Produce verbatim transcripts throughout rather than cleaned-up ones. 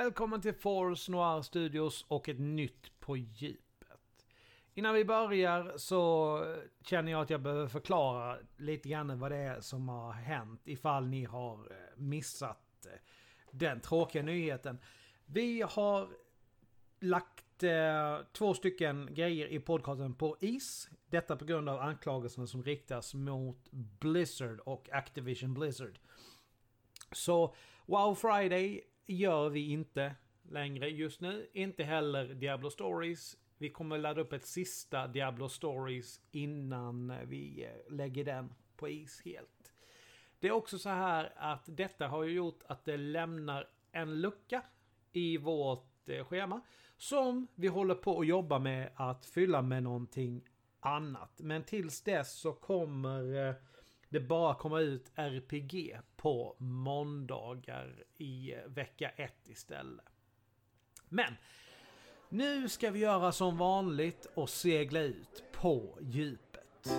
Välkommen till Force Noir Studios och ett nytt på djupet. Innan vi börjar så känner jag att jag behöver förklara lite grann vad det är som har hänt ifall ni har missat den tråkiga nyheten. Vi har lagt eh, två stycken grejer i podcasten på is. Detta på grund av anklagelserna som riktas mot Blizzard och Activision Blizzard. Så WoW Friday gör vi inte längre just nu. Inte heller Diablo Stories. Vi kommer ladda upp ett sista Diablo Stories innan vi lägger den på is helt. Det är också så här att detta har ju gjort att det lämnar en lucka i vårt schema som vi håller på att jobba med att fylla med någonting annat. Men tills dess så kommer det bara komma ut R P G på måndagar i vecka ett istället. Men nu ska vi göra som vanligt och segla ut på djupet.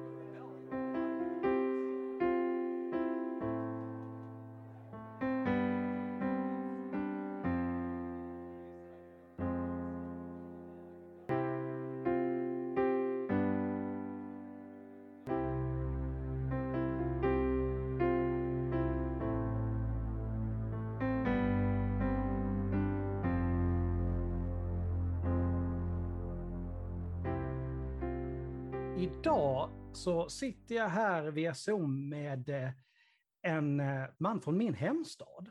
Idag så sitter jag här via Zoom med en man från min hemstad.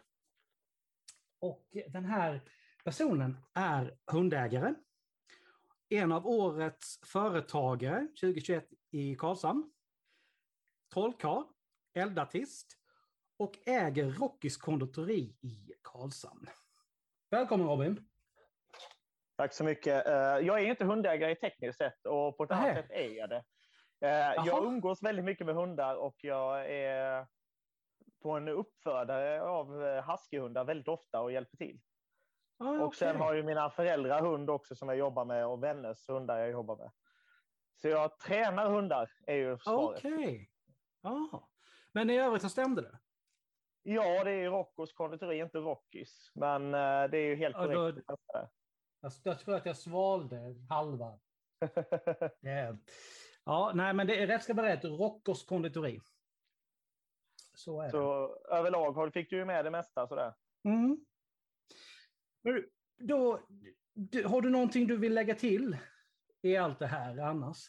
Och den här personen är hundägare. En av årets företagare tjugohundratjugoett i Karlshamn. Trollkarl, eldartist och äger Rockys konditori i Karlshamn. Välkommen Robin. Tack så mycket. Jag är inte hundägare i tekniskt sätt och på ett annat sätt är jag det. Jag umgås väldigt mycket med hundar och jag är på en uppfödare av huskyhundar väldigt ofta och hjälper till. Ah, okay. Och sen har ju mina föräldrar hund också som jag jobbar med och vänners hundar jag jobbar med. Så jag tränar hundar är ju svaret. Okej. Okay. Ah. Men i övrigt så stämde det? Ja, det är Rockos konditori, inte Rockys. Men det är ju helt korrekt. Då... Jag, jag tror att jag svalde halva. yeah. Ja, nej men det är rätt ska vara rätt. Rockos konditori. Så är så det. Överlag fick du ju med det mesta sådär. Mm. Men då, har du någonting du vill lägga till i allt det här annars?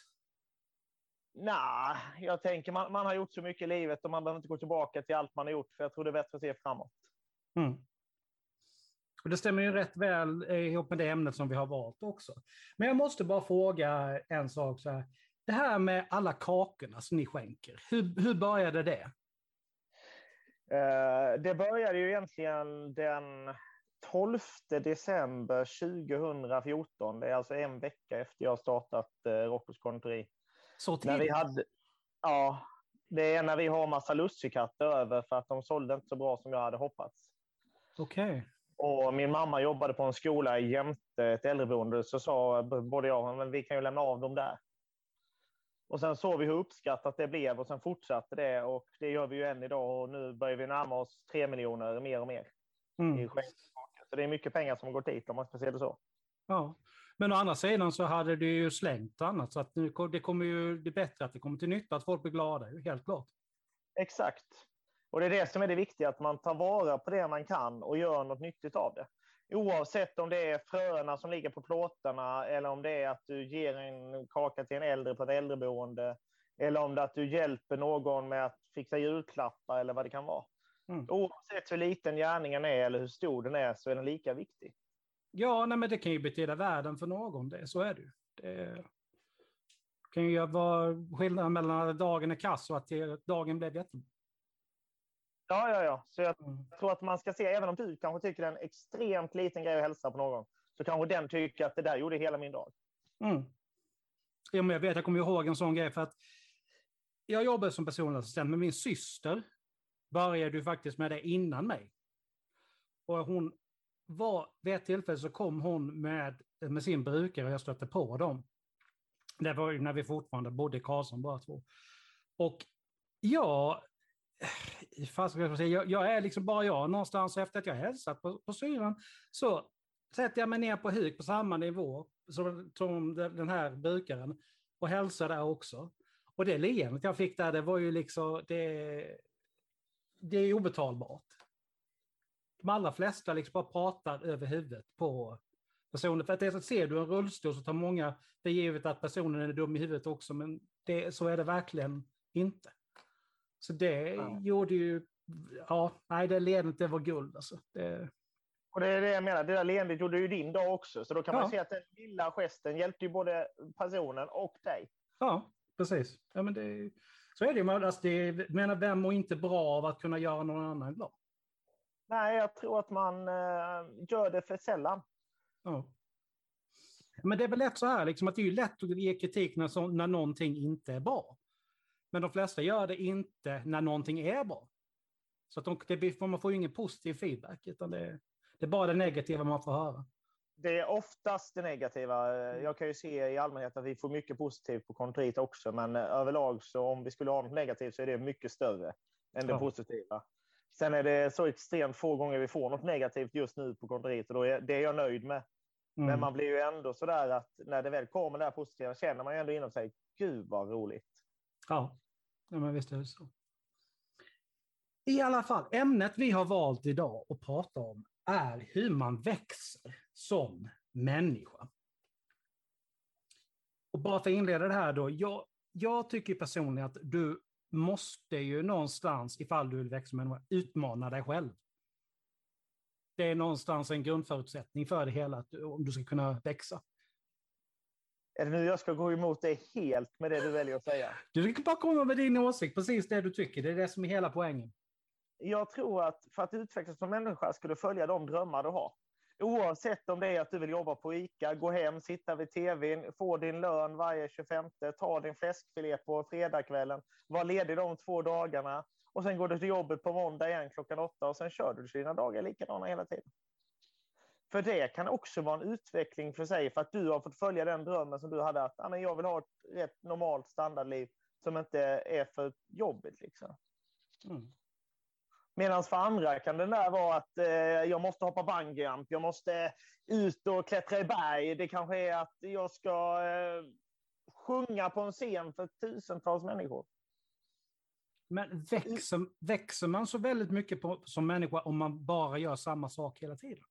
Nej, jag tänker man, man har gjort så mycket i livet och man behöver inte gå tillbaka till allt man har gjort för jag tror det är bättre att se framåt. Mm. Och det stämmer ju rätt väl ihop med det ämnet som vi har valt också. Men jag måste bara fråga en sak så här. Det här med alla kakorna som ni skänker, hur, hur började det? Uh, det började ju egentligen den tolfte december tjugohundrafjorton. Det är alltså en vecka efter jag startat uh, Rockos konditori. Så tidigt? När vi hade, ja, det är när vi har massa lussekatter över för att de sålde inte så bra som jag hade hoppats. Okej. Okay. Och min mamma jobbade på en skola jämte ett äldreboende så sa både jag men vi kan ju lämna av dem där. Och sen såg vi hur uppskattat det blev och sen fortsatte det och det gör vi ju än idag och nu börjar vi närma oss tre miljoner mer och mer. Mm. I så det är mycket pengar som går dit om man ska se det så. Ja, men å andra sidan så hade du ju slängt annat så att nu, det kommer ju det är bättre att det kommer till nytta att folk blir glada, helt klart. Exakt. Och det är det som är det viktiga, att man tar vara på det man kan och gör något nyttigt av det. Oavsett om det är fröna som ligger på plåtarna eller om det är att du ger en kaka till en äldre på ett äldreboende eller om det är att du hjälper någon med att fixa julklappar eller vad det kan vara. Mm. Oavsett hur liten gärningen är eller hur stor den är så är den lika viktig. Ja, nej, men det kan ju betyda världen för någon, det, så är det ju. Det kan ju vara skillnaden mellan att dagen är kass och att dagen blev jättebra. Ja, ja, ja. Så jag mm. tror att man ska se, även om du kanske tycker det är en extremt liten grej att hälsa på någon, så kanske den tycker att det där gjorde hela min dag. Mm. Ja, men jag vet, jag kommer ihåg en sån grej för att jag jobbade som personlig assistent, men min syster började ju faktiskt med det innan mig. Och hon var, vid ett tillfälle så kom hon med, med sin brukare och jag stötte på dem. Det var ju när vi fortfarande bodde i Karlshamn bara två. Och jag fast, jag, jag är liksom bara jag någonstans, efter att jag hälsat på, på syran så sätter jag mig ner på huk på samma nivå som, som den här bukaren och hälsar där också. Och det leendet jag fick där, det var ju liksom, det, det är obetalbart. De allra flesta liksom bara pratar över huvudet på personen. För att det, så ser du en rullstol så tar många för givet att personen är dum i huvudet också, men det, så är det verkligen inte. Så det ja. gjorde ju, ja, nej, det leendet, det var guld alltså. Det... Och det är det jag menar, det där leendet gjorde ju din dag också, så då kan ja. man se att den lilla gesten hjälpte ju både personen och dig. Ja, precis. Ja, men det, så är det ju, alltså det, menar, vem mår inte bra av att kunna göra någon annan glad? Nej, jag tror att man uh, gör det för sällan. Ja. Men det är väl lätt så här, liksom, att det är ju lätt att ge kritik när, så, när någonting inte är bra. Men de flesta gör det inte när någonting är bra. Så att de, det, man får ju ingen positiv feedback, utan det, det är bara det negativa man får höra. Det är oftast det negativa. Jag kan ju se i allmänhet att vi får mycket positivt på kontoret också, men överlag så om vi skulle ha något negativt så är det mycket större än det ja. positiva. Sen är det så extremt få gånger vi får något negativt just nu på kontoret, och då är, det är jag nöjd med. Mm. Men man blir ju ändå sådär att när det väl kommer det här positiva känner man ju ändå inom sig, gud vad roligt. Ja, ja men visst är det så. I alla fall, ämnet vi har valt idag att prata om är hur man växer som människa. Och bara för att inleda det här då, jag, jag tycker personligen att du måste ju någonstans, ifall du vill växa som människa, utmana dig själv. Det är någonstans en grundförutsättning för det hela, att, om du ska kunna växa. Är det nu jag ska gå emot dig helt med det du väljer att säga? Du ska bara komma med din åsikt, precis det du tycker. Det är det som är hela poängen. Jag tror att för att utvecklas som människa ska du följa de drömmar du har. Oavsett om det är att du vill jobba på ICA, gå hem, sitta vid tvn, få din lön varje tjugofemte, ta din fläskfilé på fredagskvällen, vara ledig de två dagarna och sen går du till jobbet på måndag igen klockan åtta och sen kör du dina dagar likadana hela tiden. För det kan också vara en utveckling för sig, för att du har fått följa den drömmen som du hade, att ah, men jag vill ha ett rätt normalt standardliv som inte är för jobbigt. Liksom. Mm. Medan för andra kan det där vara att eh, jag måste hoppa bungyjump, jag måste ut och klättra i berg. Det kanske är att jag ska eh, sjunga på en scen för tusentals människor. Men växer, växer man så väldigt mycket på, som människa om man bara gör samma sak hela tiden?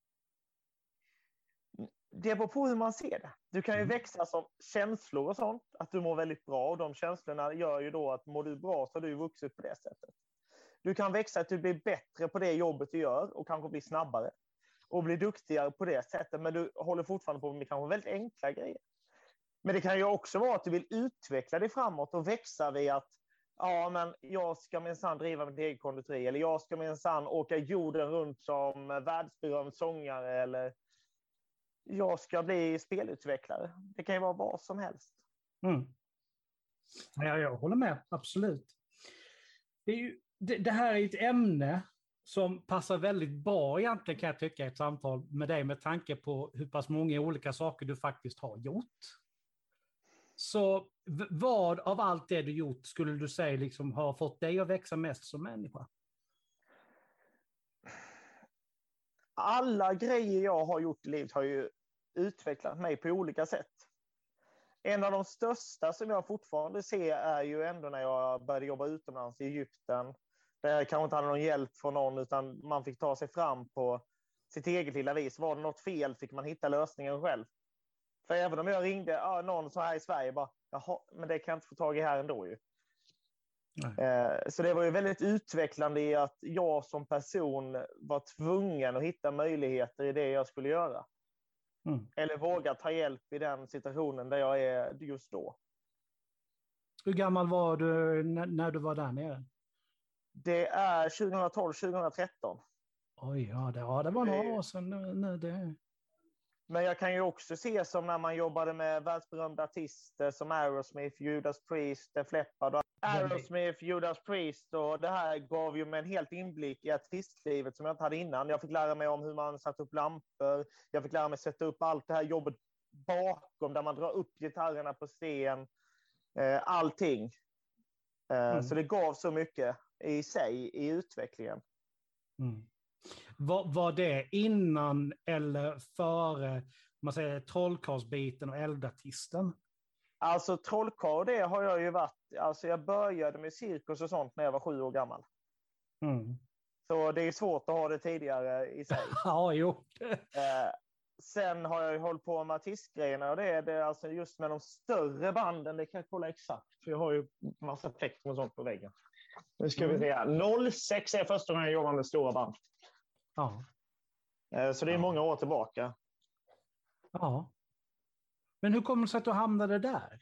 Det beror på hur man ser det. Du kan ju mm. växa som känslor och sånt, att du mår väldigt bra, och de känslorna gör ju då att mår du bra så har du vuxit på det sättet. Du kan växa att du blir bättre på det jobbet du gör och kanske blir snabbare och blir duktigare på det sättet, men du håller fortfarande på med kanske väldigt enkla grejer. Men det kan ju också vara att du vill utveckla dig framåt och växa vid att ja, men jag ska minsann driva mitt eget konditori, eller jag ska minsann åka jorden runt som världsberömd sångare, eller jag ska bli spelutvecklare. Det kan ju vara vad som helst. Mm. Ja, jag håller med, absolut. Det, är ju, det, det här är ett ämne som passar väldigt bra egentligen, kan jag tycka, i ett samtal med dig, med tanke på hur pass många olika saker du faktiskt har gjort. Så vad av allt det du gjort skulle du säga liksom har fått dig att växa mest som människa? Alla grejer jag har gjort i livet har ju utvecklat mig på olika sätt. En av de största som jag fortfarande ser är ju ändå när jag började jobba utomlands i Egypten. Där jag kanske inte hade någon hjälp från någon, utan man fick ta sig fram på sitt eget lilla vis. Var det något fel fick man hitta lösningen själv. För även om jag ringde ja, någon så här i Sverige, bara, jaha, men det kan jag inte få tag i här ändå ju. Eh, så det var ju väldigt utvecklande i att jag som person var tvungen att hitta möjligheter i det jag skulle göra. Mm. Eller våga ta hjälp i den situationen där jag är just då. Hur gammal var du när, när du var där nere? Det är tjugotolv tjugotretton. Oj, ja det, ja, det var några år sedan nu. Det... Men jag kan ju också se som när man jobbade med världsberömda artister som Aerosmith, Judas Priest, Def Leppard. Aerosmith, Judas Priest, och det här gav ju mig en helt inblick i artistlivet som jag inte hade innan. Jag fick lära mig om hur man satte upp lampor. Jag fick lära mig sätta upp allt det här jobbet bakom där man drar upp gitarrerna på scen. Eh, allting. Eh, mm. Så det gav så mycket. i sig i utvecklingen. Mm. Var, var det innan eller före man säger trollkarlsbiten och eldartisten? Alltså trollkarl, det har jag ju varit, alltså jag började med cirkus och sånt när jag var sju år gammal. Mm. Så det är svårt att ha det tidigare i sig. Ja, jo. eh, sen har jag ju hållit på med artistgrejerna och det är det alltså just med de större banden, det kan jag kolla exakt. För jag har ju massa text och sånt på väggen. Nu ska mm. vi se. noll sex är första gången jag jobbar med stora band. Ja. Eh, så det är ja. många år tillbaka. Ja. Men hur kommer det sig att du hamnade där?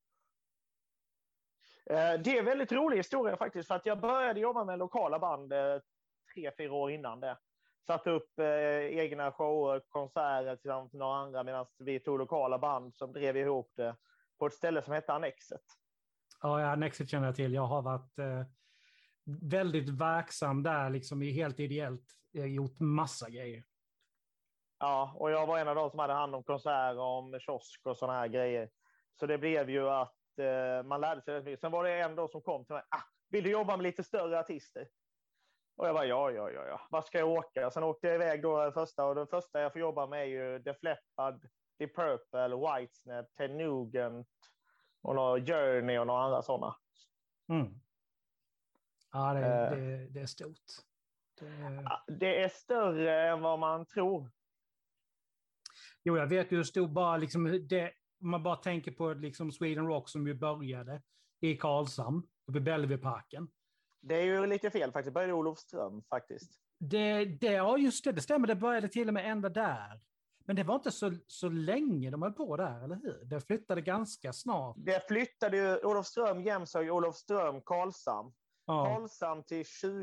Eh, det är en väldigt rolig historia faktiskt. För att jag började jobba med lokala band eh, tre, fyra år innan det. Satte upp eh, egna shower, konserter tillsammans med några andra medan vi tog lokala band som drev ihop det på ett ställe som hette Annexet. Ja, Annexet känner jag till. Jag har varit eh, väldigt verksam där, liksom i helt ideellt. Jag har gjort massa grejer. Ja, och jag var en av de som hade hand om konserter, om kiosk och sådana här grejer. Så det blev ju att eh, man lärde sig rätt mycket. Sen var det en då som kom till mig. Ah, vill du jobba med lite större artister? Och jag bara, ja, ja, ja, ja. Vad ska jag åka? Sen åkte jag iväg då första. Och den första jag får jobba med är ju Def Leppard, Deep Purple, Whitesnake, Ted Nugent och några Journey och några andra sådana. Mm. Ja, det, eh. det, det är stort. Det... det är större än vad man tror. Jo, jag vet ju hur stor bara liksom det, om man bara tänker på liksom Sweden Rock som ju började i Karlshamn, uppe i Bellevueparken. Det är ju lite fel faktiskt. Det började i Olofström faktiskt. Det, det, ja, just det. Det stämmer. Det började till och med ända där. Men det var inte så, så länge de höll på där, eller hur? Det flyttade ganska snart. Det flyttade ju Olofström, Jämshög, Olofström, Karlshamn. Ja. Karlshamn till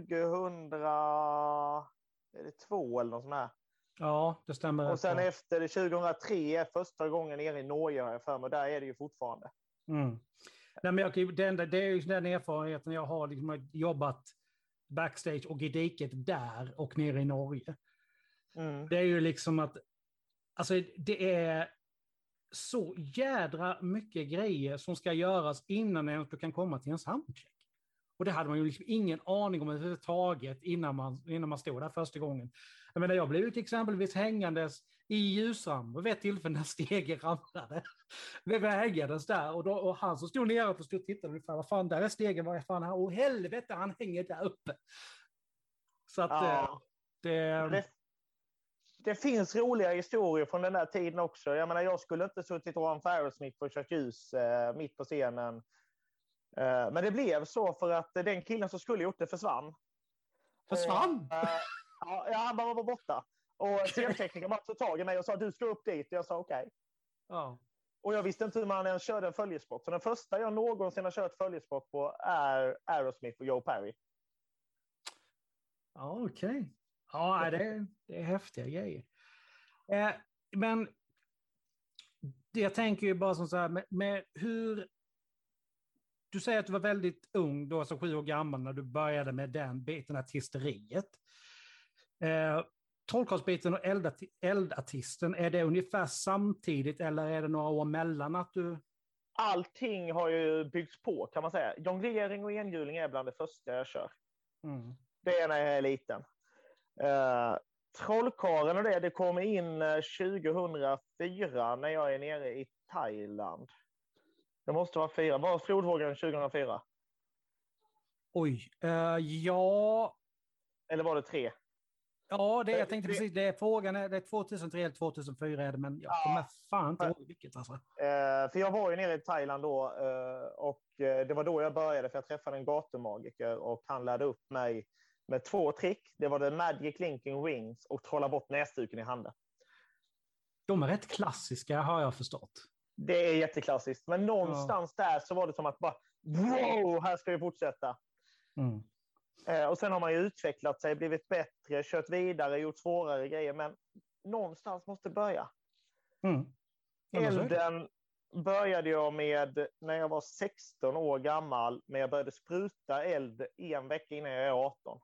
tjugohundratvå eller något sånt där. Ja, det stämmer. Och sen efter tjugohundratre första gången nere i Norge har jag för mig. Där är det ju fortfarande. Mm. Nej, men jag, det, enda, det är ju den erfarenheten jag har liksom, jobbat backstage och i diket där och nere i Norge. Mm. Det är ju liksom att alltså, det är så jädra mycket grejer som ska göras innan du kan komma till en soundcheck. Och det hade man ju liksom ingen aning om överhuvudtaget innan man, innan man stod där första gången. Jag menar, jag blev ju till exempelvis hängandes i ljusram och vid ett tillfälle när stegen ramlade. Vi vägades där och, då, och han som stod nere och stod och tittade, vad fan, där är stegen, vad fan, och helvete, han hänger där uppe. Så att ja. det, det... Det finns roliga historier från den där tiden också. Jag menar, jag skulle inte suttit ovanför Aerosmith och kört ljus eh, mitt på scenen. Eh, men det blev så för att den killen som skulle gjort det försvann. Försvann? Och, eh, ja, han bara var borta. Och scenteknikern bara tog tag i mig och sa, du ska upp dit. Och jag sa okej. Okay. Ja. Och jag visste inte hur man ens körde en följesport. Så den första jag någonsin har kört följesport på är Aerosmith och Joe Perry. Ja, okej. Okay. Ja, det är, det är häftiga grejer. Eh, men det jag tänker ju bara som så här, med, med hur... Du säger att du var väldigt ung, då, alltså sju år gammal, när du började med den biten, artisteriet. Eh, Trollkarlsbiten och eldat- eldartisten, är det ungefär samtidigt eller är det några år mellan att du... Allting har ju byggts på, kan man säga. Jonglering och enhjuling är bland det första jag kör. Mm. Det är när jag är liten. Uh, Trollkarlen och det, det kommer in tjugohundrafyra när jag är nere i Thailand. Det måste vara fyra. Var flodvågen tjugohundrafyra? Oj, uh, ja... Eller var det tre? Ja, det, jag tänkte precis, det är frågan, är det tjugohundratre eller tjugohundrafyra är det, men jag kommer ja, fan inte ihåg vilket alltså. Uh, för jag var ju nere i Thailand då uh, och uh, det var då jag började, för jag träffade en gatumagiker och han lärde upp mig med två trick. Det var det Magic Linking Wings och trolla bort näsduken i handen. De är rätt klassiska, har jag förstått. Det är jätteklassiskt. Men någonstans ja. där så var det som att bara, wow, här ska vi fortsätta. Mm. Eh, och sen har man ju utvecklat sig, blivit bättre, kört vidare, gjort svårare grejer. Men någonstans måste börja. Mm. Elden började jag med när jag var sexton år gammal. Men jag började spruta eld en vecka innan jag är arton.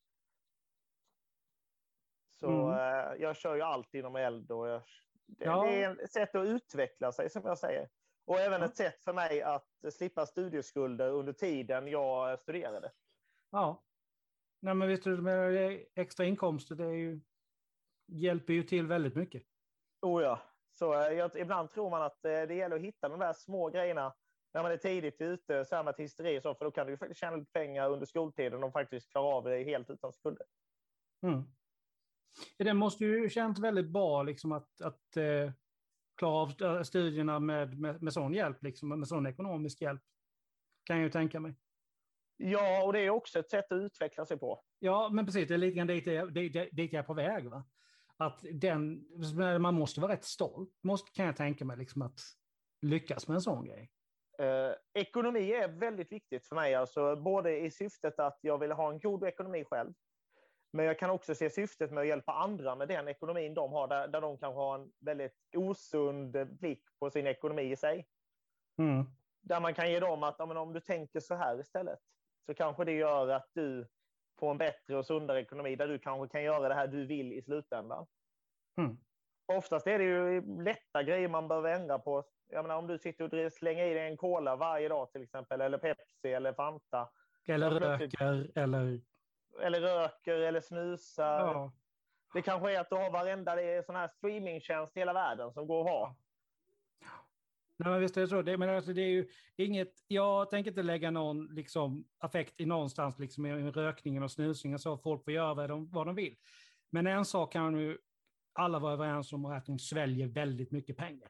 Så mm. eh, jag kör ju allt inom eld. Och jag, det, ja. det är ett sätt att utveckla sig, som jag säger. Och även ja. ett sätt för mig att slippa studieskulder under tiden jag studerade. Ja. Nej, men visst, med extra inkomster, det är ju, hjälper ju till väldigt mycket. Oh ja. Så jag, ibland tror man att eh, det gäller att hitta de där små grejerna när man är tidigt ute, så här med hysteri och så, för då kan du ju faktiskt tjäna lite pengar under skoltiden och faktiskt klara av det helt utan skulder. Mm. Det måste ju kännas väldigt bra liksom, att, att eh, klara av studierna med, med, med sån hjälp, liksom, med sån ekonomisk hjälp. Kan jag ju tänka mig. Ja, och det är också ett sätt att utveckla sig på. Ja, men precis. Det är lite grann dit jag, dit, dit jag är på väg. Va? Att den, man måste vara rätt stolt, måste, kan jag tänka mig, liksom, att lyckas med en sån grej. Eh, ekonomi är väldigt viktigt för mig, alltså, både i syftet att jag vill ha en god ekonomi själv, men jag kan också se syftet med att hjälpa andra med den ekonomin de har, där, där de kan ha en väldigt osund blick på sin ekonomi i sig. Mm. Där man kan ge dem att, ja, men om du tänker så här istället, så kanske det gör att du får en bättre och sundare ekonomi, där du kanske kan göra det här du vill i slutändan. Mm. Oftast är det ju lätta grejer man behöver ändra på. Jag menar, om du sitter och slänger i dig en cola varje dag till exempel, eller Pepsi eller Fanta. Eller röker, eller... Eller röker, eller snusar. Ja. Det kanske är att du har varenda sån här streamingtjänst i hela världen som går att ha. Nej, men visst är det så. Det, men alltså, det är ju inget... Jag tänker inte lägga någon liksom, affekt i någonstans liksom, i rökningen och snusningen, så folk får göra vad de, vad de vill. Men en sak kan ju alla vara överens om, att de sväljer väldigt mycket pengar.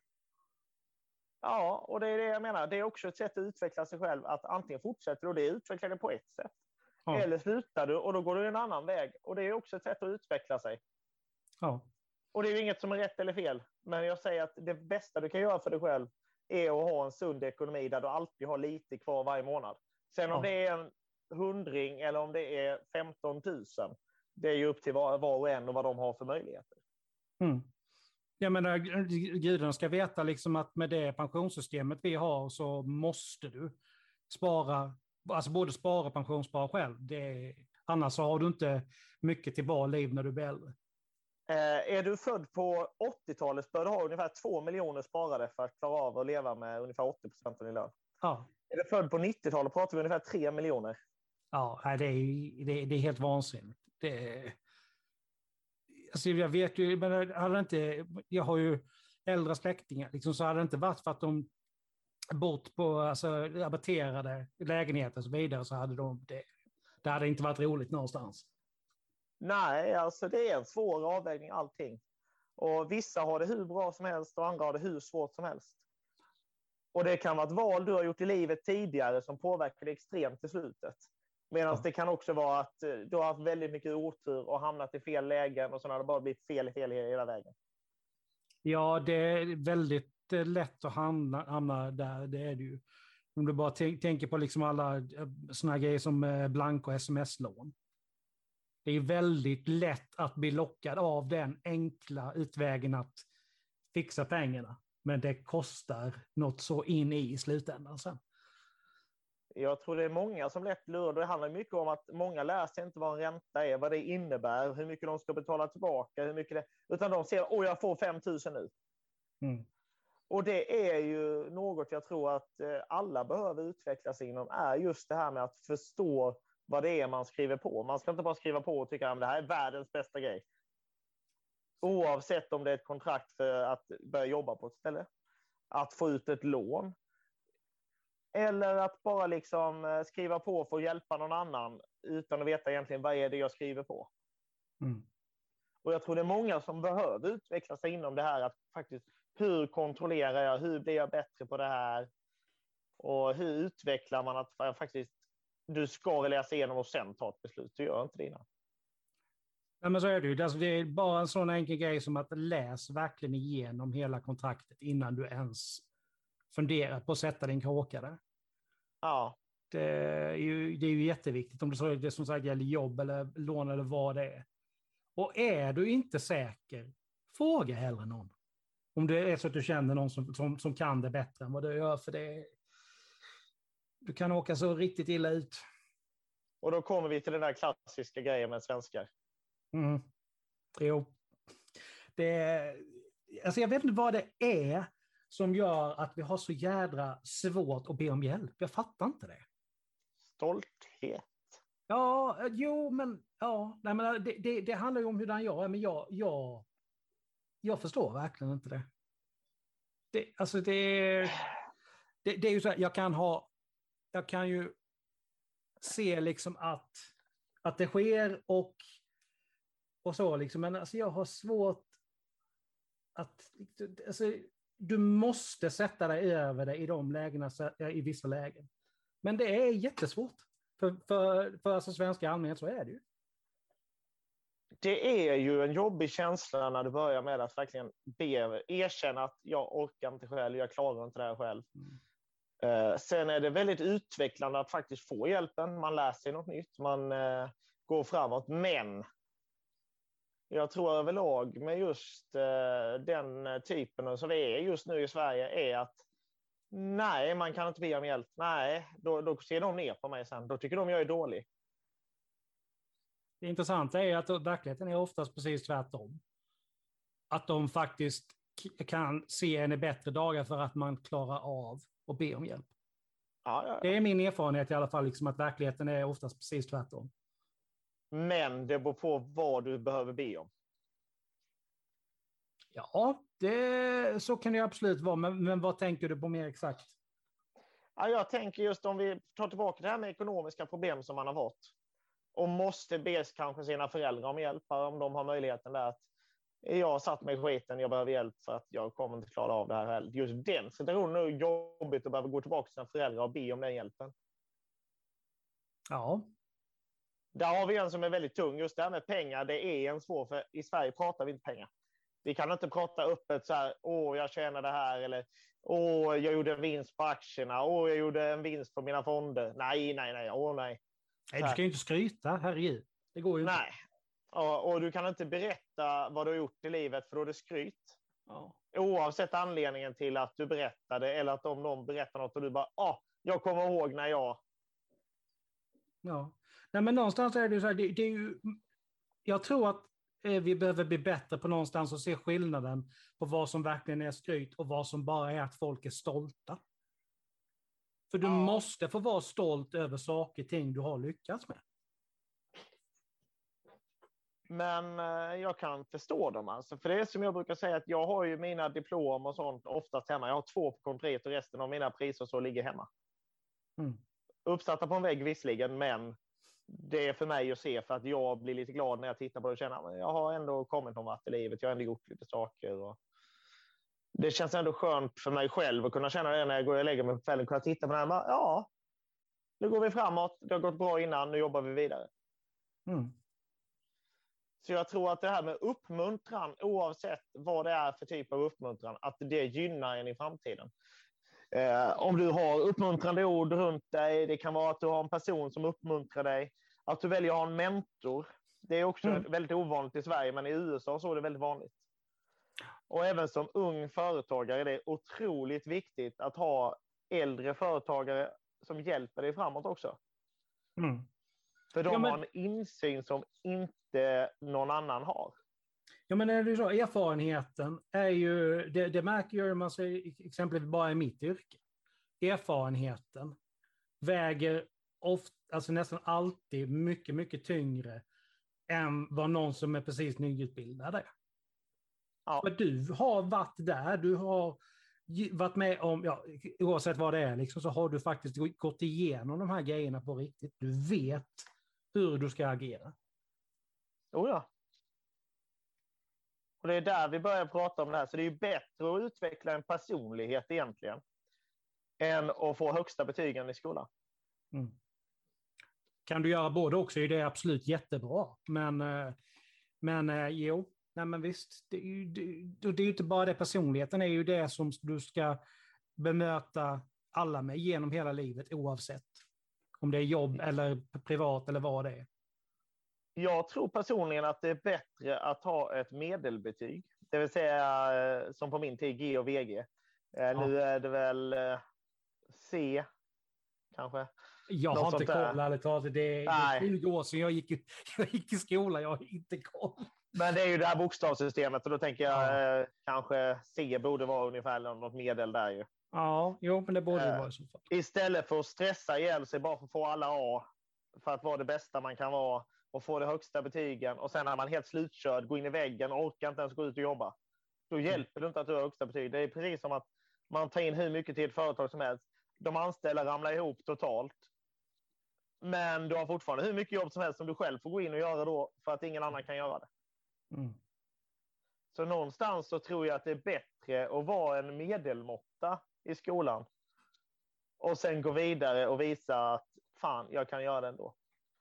Ja, och det är det jag menar. Det är också ett sätt att utveckla sig själv. Att antingen fortsätter och det utvecklar det på ett sätt. Ja. Eller slutar du och då går du en annan väg. Och det är också ett sätt att utveckla sig. Ja. Och det är ju inget som är rätt eller fel. Men jag säger att det bästa du kan göra för dig själv är att ha en sund ekonomi där du alltid har lite kvar varje månad. Sen ja. Om det är en hundring eller om det är femton tusen. Det är ju upp till var, var och en och vad de har för möjligheter. Mm. Jag menar, gudarna ska veta liksom att med det pensionssystemet vi har så måste du spara, alltså både spara och pensionsspara själv. Det, annars har du inte mycket till bra liv när du blir äldre. Eh, är du född på åttiotalet bör du ha ungefär två miljoner sparade för att klara av att leva med ungefär åttio procent av din lön. Ja. Är du född på nittiotalet pratar vi ungefär tre miljoner. Ja, det är, det är, det är helt vansinnigt. Det är... Alltså jag vet ju, men hade inte, jag har ju äldre släktingar, liksom, så hade det inte varit för att de bott på alltså, rabatterade lägenheter och så vidare, så hade de det, det hade inte varit roligt någonstans. Nej, alltså det är en svår avvägning allting. Och vissa har det hur bra som helst och andra har det hur svårt som helst. Och det kan vara ett val du har gjort i livet tidigare som påverkar dig extremt i slutet. Medan ja. Det kan också vara att du har haft väldigt mycket otur och hamnat i fel lägen och så har det bara blivit fel, fel hela vägen. Ja, det är väldigt lätt att hamna, hamna där, det är det ju. Om du bara t- tänker på liksom alla såna grejer som blanko sms-lån. Det är väldigt lätt att bli lockad av den enkla utvägen att fixa pengarna. Men det kostar något så in i slutändan sen. Jag tror det är många som lätt lurar. Det handlar mycket om att många lär sig inte vad en ränta är, vad det innebär, hur mycket de ska betala tillbaka, hur mycket det... utan de ser, åh jag får fem tusen nu. Mm. Och det är ju något jag tror att alla behöver utveckla sig inom, är just det här med att förstå vad det är man skriver på. Man ska inte bara skriva på och tycka att det här är världens bästa grej. Oavsett om det är ett kontrakt för att börja jobba på ett ställe, att få ut ett lån, eller att bara liksom skriva på för att hjälpa någon annan utan att veta egentligen vad är det jag skriver på. Mm. Och jag tror det är många som behöver utveckla sig inom det här, att faktiskt, hur kontrollerar jag, hur blir jag bättre på det här, och hur utvecklar man att faktiskt du ska läsa igenom och sen ta ett beslut. Du gör inte det innan. Ja, men så är det ju. Alltså, det är bara en sån enkel grej som att läs verkligen igenom hela kontraktet innan du ens funderar på att sätta din kråka där. Ja. Det är ju, det är ju jätteviktigt om det, så, det som sagt gäller jobb eller lån eller vad det är. Och är du inte säker, fråga hellre någon. Om det är så att du känner någon som, som, som kan det bättre än vad du gör, för det du kan åka så riktigt illa ut. Och då kommer vi till den där klassiska grejen med svenskar. Mm. Jo. Det, alltså jag vet inte vad det är som gör att vi har så jädra svårt att be om hjälp. Jag fattar inte det. Stolthet. Ja, jo, men, ja, nej, men det, det, det handlar ju om hur jag är, men jag, jag, jag förstår verkligen inte det. det alltså det, det, det är ju så här, jag kan ha, jag kan ju se liksom att, att det sker och, och så liksom, men alltså jag har svårt att, alltså, du måste sätta dig över det i de lägena, i vissa lägen. Men det är jättesvårt. För, för, för alltså svenska allmänhet så är det ju. Det är ju en jobbig känsla när du börjar med att verkligen be, erkänna att jag orkar inte själv, jag klarar inte det här själv. Mm. Uh, sen är det väldigt utvecklande att faktiskt få hjälpen. Man lär sig något nytt, man uh, går framåt. Men jag tror överlag med just uh, den typen som vi är just nu i Sverige är att nej, man kan inte be om hjälp. Nej, då, då ser de ner på mig sen. Då tycker de jag är dålig. Det intressanta är att verkligheten är oftast precis tvärtom. Att de faktiskt kan se en i bättre dagar för att man klarar av att be om hjälp. Ja, ja, ja. Det är min erfarenhet i alla fall, liksom att verkligheten är oftast precis tvärtom. Men det beror på vad du behöver be om. Ja, det, så kan det absolut vara. Men, men vad tänker du på mer exakt? Ja, jag tänker just om vi tar tillbaka det här med ekonomiska problem som man har fått. Och måste be kanske sina föräldrar om hjälp om de har möjligheten där att jag har satt mig i skiten, jag behöver hjälp för att jag kommer inte klara av det här heller. Just den situationen är jobbigt att behöva gå tillbaka till sina föräldrar och be om den hjälpen. Ja. Där har vi en som är väldigt tung. Just det här med pengar, det är en svår, för i Sverige pratar vi inte pengar. Vi kan inte prata öppet så här, åh jag tjänar det här, eller åh jag gjorde en vinst på aktierna, åh jag gjorde en vinst på mina fonder. Nej, nej, nej, åh nej. Nej, du ska ju inte skryta, herregud. Det går ju inte. Nej, och, och du kan inte berätta vad du har gjort i livet för då är det skryt. Ja. Oavsett anledningen till att du berättade eller att om någon berättar något och du bara, ja, ah, jag kommer ihåg när jag... Ja, nej men någonstans är det ju så här, det, det är ju... Jag tror att eh, vi behöver bli bättre på någonstans och se skillnaden på vad som verkligen är skryt och vad som bara är att folk är stolta. För du ja. måste få vara stolt över saker och ting du har lyckats med. Men eh, jag kan förstå dem alltså. För det är som jag brukar säga att jag har ju mina diplom och sånt oftast hemma. Jag har två på kontoret och resten av mina priser så ligger hemma. Mm. Uppsatta på en vägg visserligen, men det är för mig att se för att jag blir lite glad när jag tittar på det och känner att jag har ändå kommit någon vart i livet. Jag har ändå gjort lite saker och det känns ändå skönt för mig själv att kunna känna det när jag går och lägger mig på kvällen. Kunna titta på det här och ja, nu går vi framåt. Det har gått bra innan, nu jobbar vi vidare. Mm. Så jag tror att det här med uppmuntran, oavsett vad det är för typ av uppmuntran, att det gynnar en i framtiden. Eh, om du har uppmuntrande ord runt dig, det kan vara att du har en person som uppmuntrar dig. Att du väljer att ha en mentor. Det är också mm. väldigt ovanligt i Sverige, men i U S A så är det väldigt vanligt. Och även som ung företagare är det otroligt viktigt att ha äldre företagare som hjälper dig framåt också. Mm. För de ja, men... har en insyn som inte någon annan har. Ja, men är det så, erfarenheten är ju, det, det märker ju man sig exempelvis bara i mitt yrke. Erfarenheten väger ofta, alltså nästan alltid mycket, mycket tyngre än vad någon som är precis nyutbildad är. Ja. För du har varit där, du har varit med om, ja, oavsett vad det är, liksom, så har du faktiskt gått igenom de här grejerna på riktigt. Du vet hur du ska agera. Jo ja. Och det är där vi börjar prata om det här. Så det är ju bättre att utveckla en personlighet egentligen än att få högsta betygen i skolan. Mm. Kan du göra både också är det absolut jättebra. Men, men jo, nej men visst, det är, ju, det, det är ju inte bara det, personligheten är ju det som du ska bemöta alla med genom hela livet oavsett om det är jobb eller privat eller vad det är. Jag tror personligen att det är bättre att ha ett medelbetyg. Det vill säga som på min tid G och V G. Ja. Nu är det väl C kanske. Jag Något har inte koll, ärligt talat. Det är tjugo år sedan jag gick, jag gick i skolan. Jag har inte koll. Men det är ju det här bokstavssystemet. Och då tänker jag ja. eh, kanske C borde vara ungefär något medel där ju. Ja, jo, men det borde eh, vara i så fall. Istället för att stressa ihjäl sig bara för att få alla A. för att vara det bästa man kan vara och få de högsta betygen. Och sen när man är helt slutkörd, går in i väggen och orkar inte ens gå ut och jobba. Då hjälper det inte att du har högsta betyg. Det är precis som att man tar in hur mycket till ett företag som helst. De anställda ramlar ihop totalt. Men du har fortfarande hur mycket jobb som helst som du själv får gå in och göra då för att ingen annan kan göra det. Mm. Så någonstans så tror jag att det är bättre att vara en medelmåtta i skolan. Och sen gå vidare och visa att fan, jag kan göra det ändå.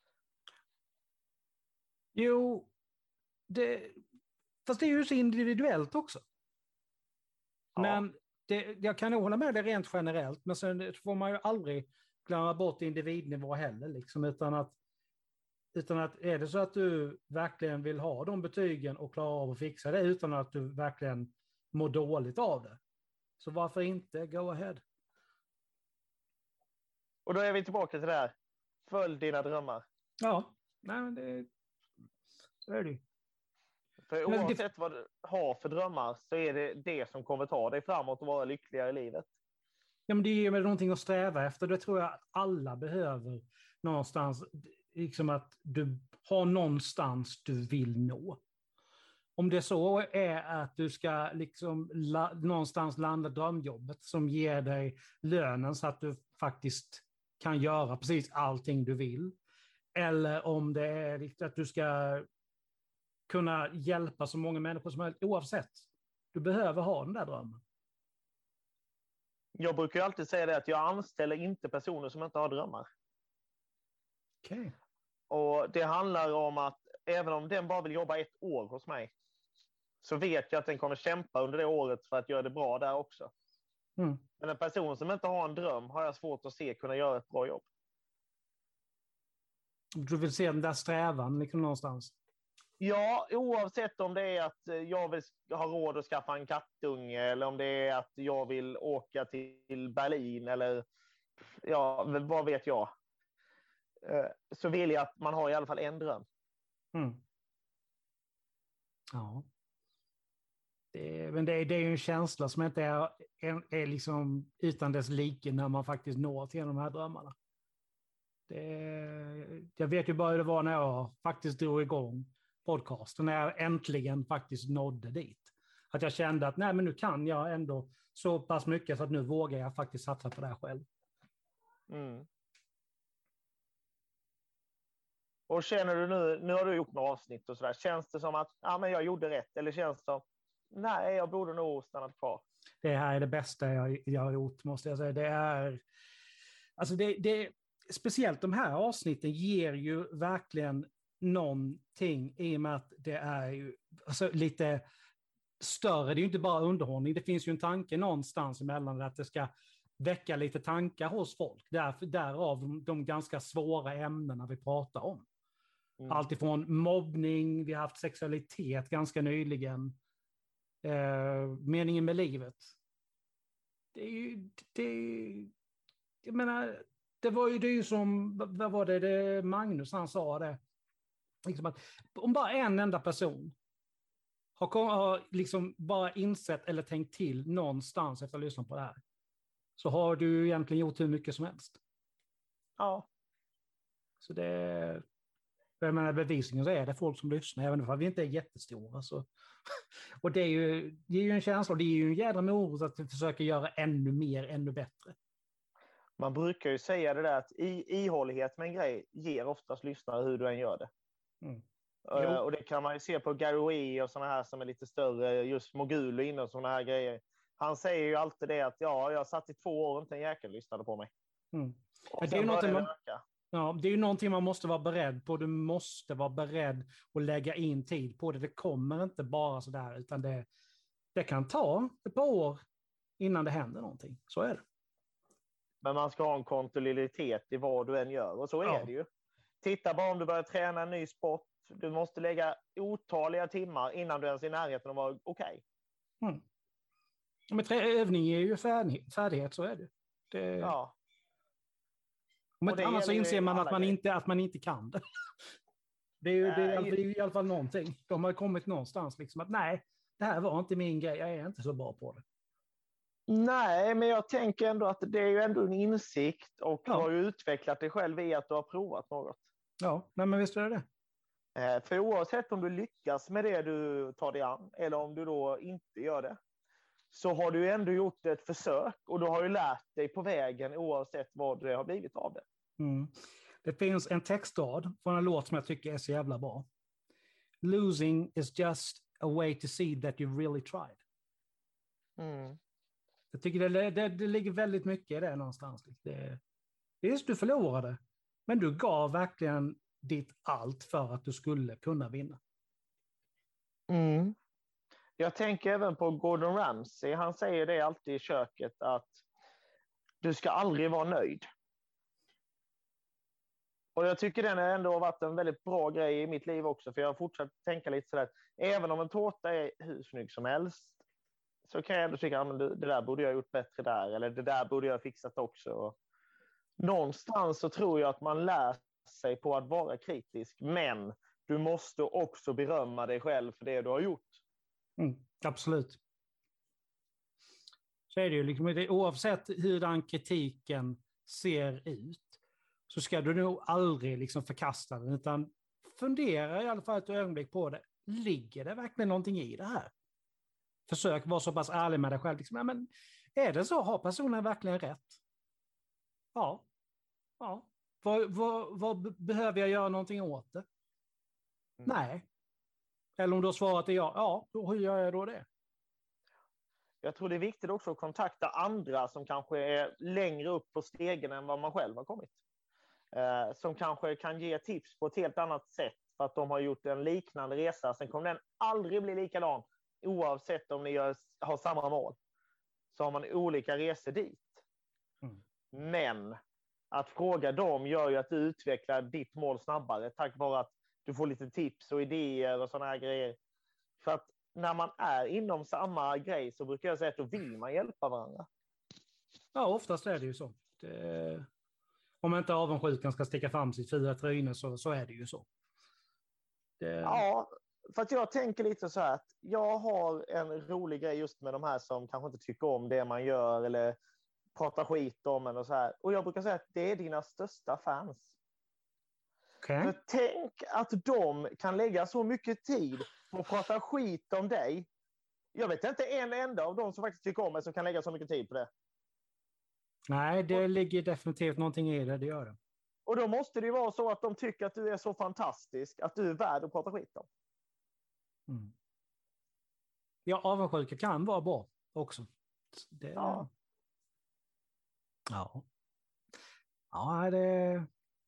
Jo, det, fast det är ju så individuellt också. Ja. Men det, jag kan nog hålla med det rent generellt, men sen får man ju aldrig glömma bort individnivå heller. Liksom, utan, att, utan att är det så att du verkligen vill ha de betygen och klara av att fixa det utan att du verkligen mår dåligt av det. Så varför inte go ahead? Och då är vi tillbaka till det här. Följ dina drömmar. Ja, nej men det, så är det ju. För oavsett det... vad du har för drömmar så är det det som kommer ta dig framåt och vara lyckligare i livet. Ja, men det är ju någonting att sträva efter. Det tror jag att alla behöver någonstans. Liksom att du har någonstans du vill nå. Om det så är att du ska liksom la, någonstans landa drömjobbet som ger dig lönen så att du faktiskt kan göra precis allting du vill. Eller om det är att du ska kunna hjälpa så många människor som möjligt oavsett. Du behöver ha den där drömmen. Jag brukar ju alltid säga det att jag anställer inte personer som inte har drömmar. Okej. Okay. Och det handlar om att även om den bara vill jobba ett år hos mig så vet jag att den kommer kämpa under det året för att göra det bra där också. Mm. Men en person som inte har en dröm har jag svårt att se kunna göra ett bra jobb. Du vill se den där strävan liksom någonstans? Ja, oavsett om det är att jag vill ha råd att skaffa en kattunge eller om det är att jag vill åka till Berlin eller ja, vad vet jag. Så vill jag att man har i alla fall en dröm. Mm. Ja. Det, men det, det är ju en känsla som inte är, är, är liksom utan dess like när man faktiskt når till de här drömmarna. Det, jag vet ju bara hur det var när jag faktiskt drog igång podcasten, när jag äntligen faktiskt nådde dit. Att jag kände att nej, men nu kan jag ändå så pass mycket så att nu vågar jag faktiskt satsa på det här själv. Mm. Och känner du nu, nu har du gjort några avsnitt och sådär, känns det som att ja, men jag gjorde rätt eller känns det som nej, jag borde nog stannat kvar? Det här är det bästa jag, jag har gjort, måste jag säga. Det är, alltså det, det, speciellt de här avsnitten ger ju verkligen någonting i och med att det är ju alltså lite större. Det är ju inte bara underhållning. Det finns ju en tanke någonstans emellan att det ska väcka lite tankar hos folk. Därför, därav de, de ganska svåra ämnena vi pratar om. Mm. Allt ifrån mobbning, vi har haft sexualitet ganska nyligen. Eh, meningen med livet. Det är ju, det, jag menar, det var ju det ju som, vad var det, det Magnus han sa det. Liksom att om bara en enda person har, har liksom bara insett eller tänkt till någonstans efter att ha lyssnat på det här, så har du egentligen gjort hur mycket som helst. Ja. Så det, jag menar, bevisningen så är det folk som lyssnar, även om vi inte är jättestora. Så. Och det är, ju, det är ju en känsla, det är ju en jädra morot att vi försöker göra ännu mer, ännu bättre. Man brukar ju säga det där att i, ihållighet med en grej ger oftast lyssnare hur du än gör det. Mm. Uh, och det kan man ju se på Gary Vee och sådana här som är lite större, just Mogul inne och sådana här grejer. Han säger ju alltid det att ja, jag satt i två år och inte en jäkel lyssnade på mig. Mm. Och det, är någonting man, öka. ja, det är ju någonting man måste vara beredd på. Du måste vara beredd att lägga in tid på det. Det kommer inte bara sådär, utan det, det kan ta ett par år innan det händer någonting. Så är det. Men man ska ha en kontinuitet i vad du än gör. Och så ja. är det ju. Titta bara om du börjar träna en ny sport. Du måste lägga otaliga timmar innan du ens är i närheten och vara okej. Okay. Mm. Men trä- övning är ju färdighet, färdighet, så är det. det... Ja. Om inte annars så inser man att man inte, att man inte kan det. Det är ju, det är, det är i alla fall någonting. De har kommit någonstans liksom att nej, det här var inte min grej, jag är inte så bra på det. Nej, men jag tänker ändå att det är ju ändå en insikt och ja. Du har ju utvecklat dig själv i att du har provat något. Ja, nej, men visst är det det. För oavsett om du lyckas med det du tar dig an eller om du då inte gör det, så har du ändå gjort ett försök och du har ju lärt dig på vägen oavsett vad det har blivit av det. Mm. Det finns en textrad från en låt som jag tycker är så jävla bra. Losing is just a way to see that you really tried. Mm. Jag tycker det, det, det ligger väldigt mycket i det någonstans. Det, visst, du förlorade, men du gav verkligen ditt allt för att du skulle kunna vinna. Mm. Jag tänker även på Gordon Ramsay. Han säger det alltid i köket att du ska aldrig vara nöjd. Och jag tycker den har ändå varit en väldigt bra grej i mitt liv också. För jag har fortsatt tänka lite sådär. Även om en tårta är hur snygg som helst, så kan jag ändå tycka att det där borde jag gjort bättre där. Eller det där borde jag ha fixat också. Någonstans så tror jag att man lär sig på att vara kritisk. Men du måste också berömma dig själv för det du har gjort. Mm, absolut. Så är det ju liksom, oavsett hur den kritiken ser ut, så ska du nog aldrig liksom förkasta den, utan fundera i alla fall ett ögonblick på det. Ligger det verkligen någonting i det här? Försök vara så pass ärlig med dig själv. Liksom, ja, men är det så? Har personen verkligen rätt? Ja. Ja. Vad, vad, vad behöver jag göra någonting åt det? Mm. Nej. Eller om du har svarat det ja, ja, då, hur gör jag då det? Jag tror det är viktigt också att kontakta andra som kanske är längre upp på stegen än vad man själv har kommit. Eh, som kanske kan ge tips på ett helt annat sätt för att de har gjort en liknande resa. Sen kommer den aldrig bli likadan oavsett om ni gör, har samma mål. Så har man olika resor dit. Mm. Men att fråga dem gör ju att du utvecklar ditt mål snabbare tack vare att du får lite tips och idéer och sådana här grejer. För att när man är inom samma grej så brukar jag säga att då vill man hjälpa varandra. Ja, oftast är det ju så. Det... Om inte avundsjukan ska sticka fram sitt fria tryne så, så är det ju så. Det... Ja, för att jag tänker lite så här att jag har en rolig grej just med de här som kanske inte tycker om det man gör eller pratar skit om en och så här. Och jag brukar säga att det är dina största fans. Okay. För tänk att de kan lägga så mycket tid på att prata skit om dig. Jag vet inte en enda av dem som faktiskt tycker om mig som kan lägga så mycket tid på det. Nej, det ligger definitivt någonting i det, det gör det. Och då måste det ju vara så att de tycker att du är så fantastisk att du är värd att prata skit om. Mm. Ja, avundsjuka kan vara bra också. Det... Ja. Ja. Ja, det...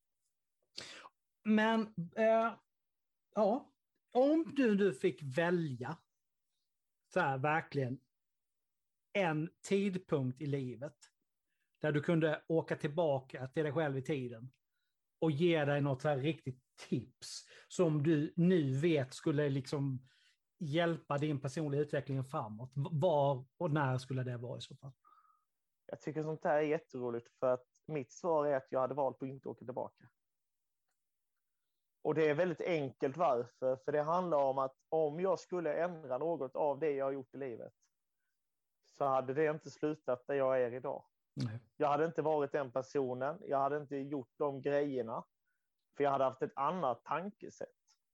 Men, eh, ja, om du, du fick välja så här verkligen en tidpunkt i livet där du kunde åka tillbaka till dig själv i tiden och ge dig något så här riktigt tips som du nu vet skulle liksom hjälpa din personliga utveckling framåt. Var och när skulle det vara i så fall? Jag tycker sånt här är jätteroligt för att mitt svar är att jag hade valt att inte åka tillbaka. Och det är väldigt enkelt varför. För det handlar om att om jag skulle ändra något av det jag har gjort i livet så hade det inte slutat där jag är idag. Nej. Jag hade inte varit den personen. Jag hade inte gjort de grejerna. För jag hade haft ett annat tankesätt.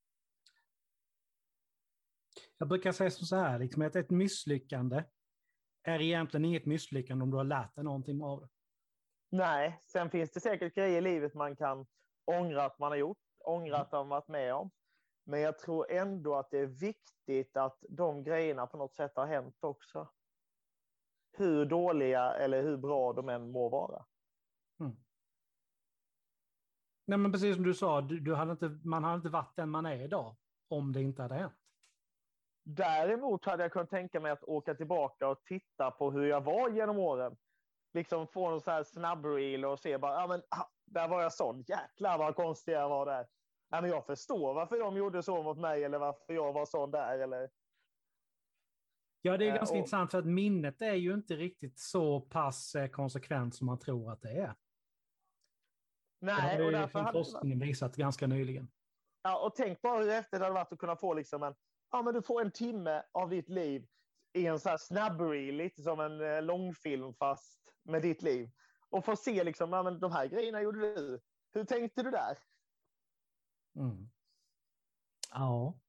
Jag brukar säga så här, liksom, att ett misslyckande är egentligen inget misslyckande om du har lärt dig någonting av det. Nej, sen finns det säkert grejer i livet man kan ångra att man har gjort. Ångra att man varit med om. Men jag tror ändå att det är viktigt att de grejerna på något sätt har hänt också. Hur dåliga eller hur bra de än må vara. Mm. Nej, men precis som du sa, du, du hade inte, man hade inte varit den man är idag om det inte hade hänt. Däremot hade jag kunnat tänka mig att åka tillbaka och titta på hur jag var genom åren. Liksom få en sån här snabbreel och se bara, ja men där var jag sån. Jäklar vad konstig jag var där. Ja, men jag förstår varför de gjorde så mot mig eller varför jag var sån där. Eller... Ja, det är ganska och... intressant för att minnet är ju inte riktigt så pass konsekvent som man tror att det är. Nej, det har och därför hade forskningen visat ganska nyligen. Ja, och tänk bara hur efter det hade varit att kunna få liksom en, ja men du får en timme av ditt liv i en så här snabbreel, lite som en eh, långfilm fast med ditt liv. Och få se liksom, ja men de här grejerna gjorde du. Hur tänkte du där? Mm. Ja.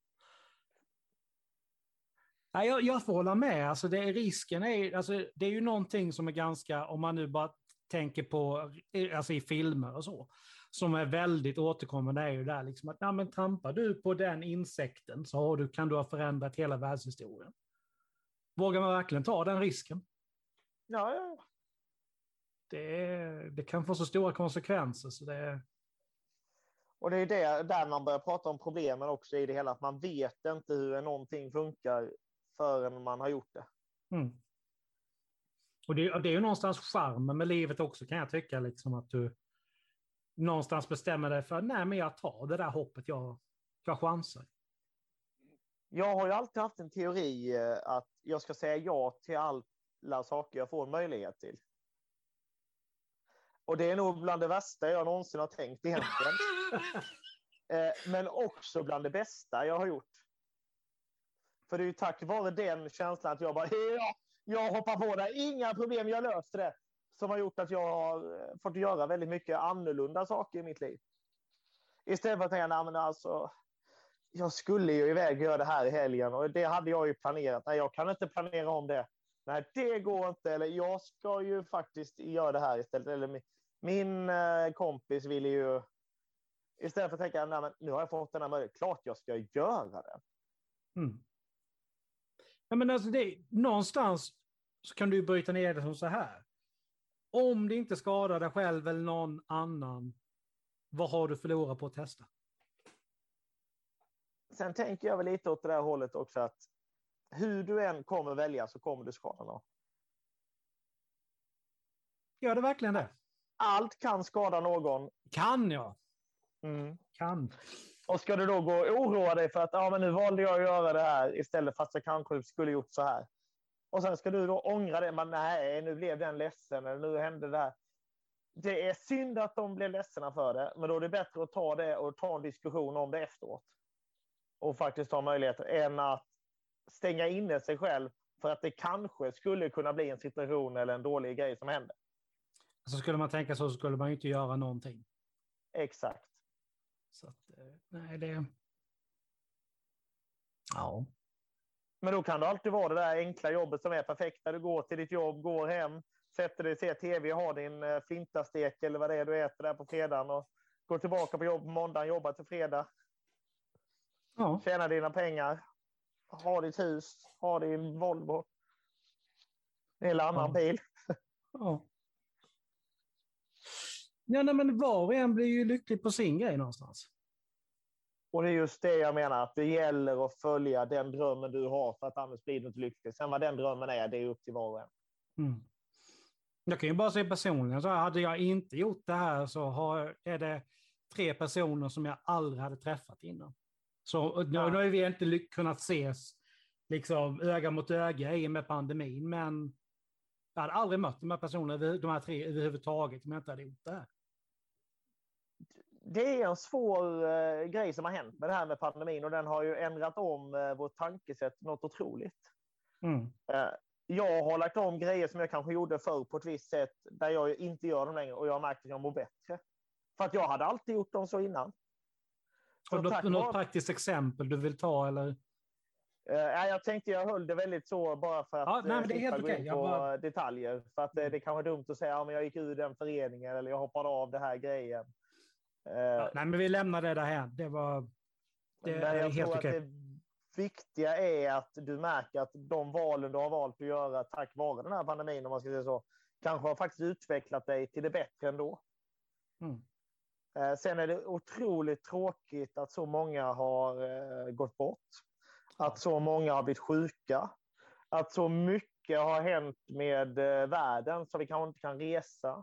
Nej, jag, jag får hålla med. Alltså det är, risken är, alltså det är ju någonting som är ganska, om man nu bara tänker på alltså i filmer och så, som är väldigt återkommande är ju där liksom att ja, men trampar du på den insekten så har du, kan du ha förändrat hela världshistorien. Vågar man verkligen ta den risken? Ja, ja. Det, det kan få så stora konsekvenser. Så det... Och det är det där man börjar prata om problemen också i det hela. Att man vet inte hur någonting funkar förrän man har gjort det. Mm. Och det, det är ju någonstans charmen med livet också kan jag tycka. Liksom att du någonstans bestämmer dig för nej men jag tar det där hoppet, jag, jag chansar. Jag har ju alltid haft en teori att jag ska säga ja till alla saker jag får en möjlighet till. Och det är nog bland det värsta jag någonsin har tänkt egentligen. Men också bland det bästa jag har gjort. För det är ju tack vare den känslan att jag bara, ja, jag hoppar på det, inga problem, jag löste det. Som har gjort att jag har fått göra väldigt mycket annorlunda saker i mitt liv. Istället för att tänka, nej men alltså, jag skulle ju iväg och göra det här i helgen. Och det hade jag ju planerat. Nej, jag kan inte planera om det. Nej, det går inte. Eller jag ska ju faktiskt göra det här istället. Eller min eh, kompis ville ju, istället för att tänka, nej men nu har jag fått den här möjligheten. Klart jag ska göra det. Mm. Ja, men alltså det, någonstans så kan du bryta ner det som så här. Om det inte skadar dig själv eller någon annan, vad har du förlorat på att testa? Sen tänker jag väl lite åt det där hållet också att hur du än kommer välja så kommer du skada någon. Gör det verkligen det? Allt kan skada någon. Kan jag? Mm. Kan. Och ska du då gå och oroa dig för att ja, men nu valde jag att göra det här istället för att jag kanske skulle gjort så här. Och sen ska du då ångra det. Men nej, nu blev den ledsen. Eller nu hände det här. Det är synd att de blev ledsna för det. Men då är det bättre att ta det och ta en diskussion om det efteråt. Och faktiskt ha möjligheter. Än att stänga inne sig själv. För att det kanske skulle kunna bli en situation eller en dålig grej som händer. Så skulle man tänka så skulle man ju inte göra någonting. Exakt. Så att, nej det... Ja. Men då kan det alltid vara det där enkla jobbet som är perfekt. När du går till ditt jobb, går hem, sätter dig, ser tv, har din flintastek eller vad det är du äter där på fredagen och går tillbaka på jobb på måndagen, jobbar till fredag. Ja. Tjänar dina pengar, har ditt hus, har din Volvo. Eller annan Ja. bil. Ja. Ja, nej, men var och en blir ju lycklig på sin grej någonstans. Och det är just det jag menar, att det gäller att följa den drömmen du har för att annars blir du inte lycklig. Sen vad den drömmen är, det är upp till var och en. Mm. Jag kan ju bara säga personligen, så hade jag inte gjort det här så har, är det tre personer som jag aldrig hade träffat innan. Så nu, Ja. nu har vi inte kunnat ses liksom, öga mot öga i och med pandemin, men jag hade aldrig mött de här personerna, de här tre överhuvudtaget, om jag inte hade gjort det här. Det är en svår eh, grej som har hänt med det här med pandemin och den har ju ändrat om eh, vårt tankesätt något otroligt. Mm. Eh, jag har lagt om grejer som jag kanske gjorde förr på ett visst sätt där jag inte gör dem längre och jag har märkt att jag mår bättre. För att jag hade alltid gjort dem så innan. Så Har du något, var... något praktiskt exempel du vill ta eller? Eh, jag tänkte jag höll det väldigt så bara för att Ja, nej, men det är slippa helt gå in okej. på Jag bara... detaljer. För att eh, det kan vara dumt att säga att ja, jag gick ur den föreningen eller jag hoppade av det här grejen. Ja, nej, men vi lämnar det där här. Det var det Men är jag helt tror okej. att det viktiga är att du märker att de valen du har valt att göra tack vare den här pandemin, om man ska säga så, kanske har faktiskt utvecklat dig till det bättre ändå. Mm. Eh, sen är det otroligt tråkigt att så många har eh, gått bort. Att så många har blivit sjuka. Att så mycket har hänt med eh, världen så vi kanske inte kan resa.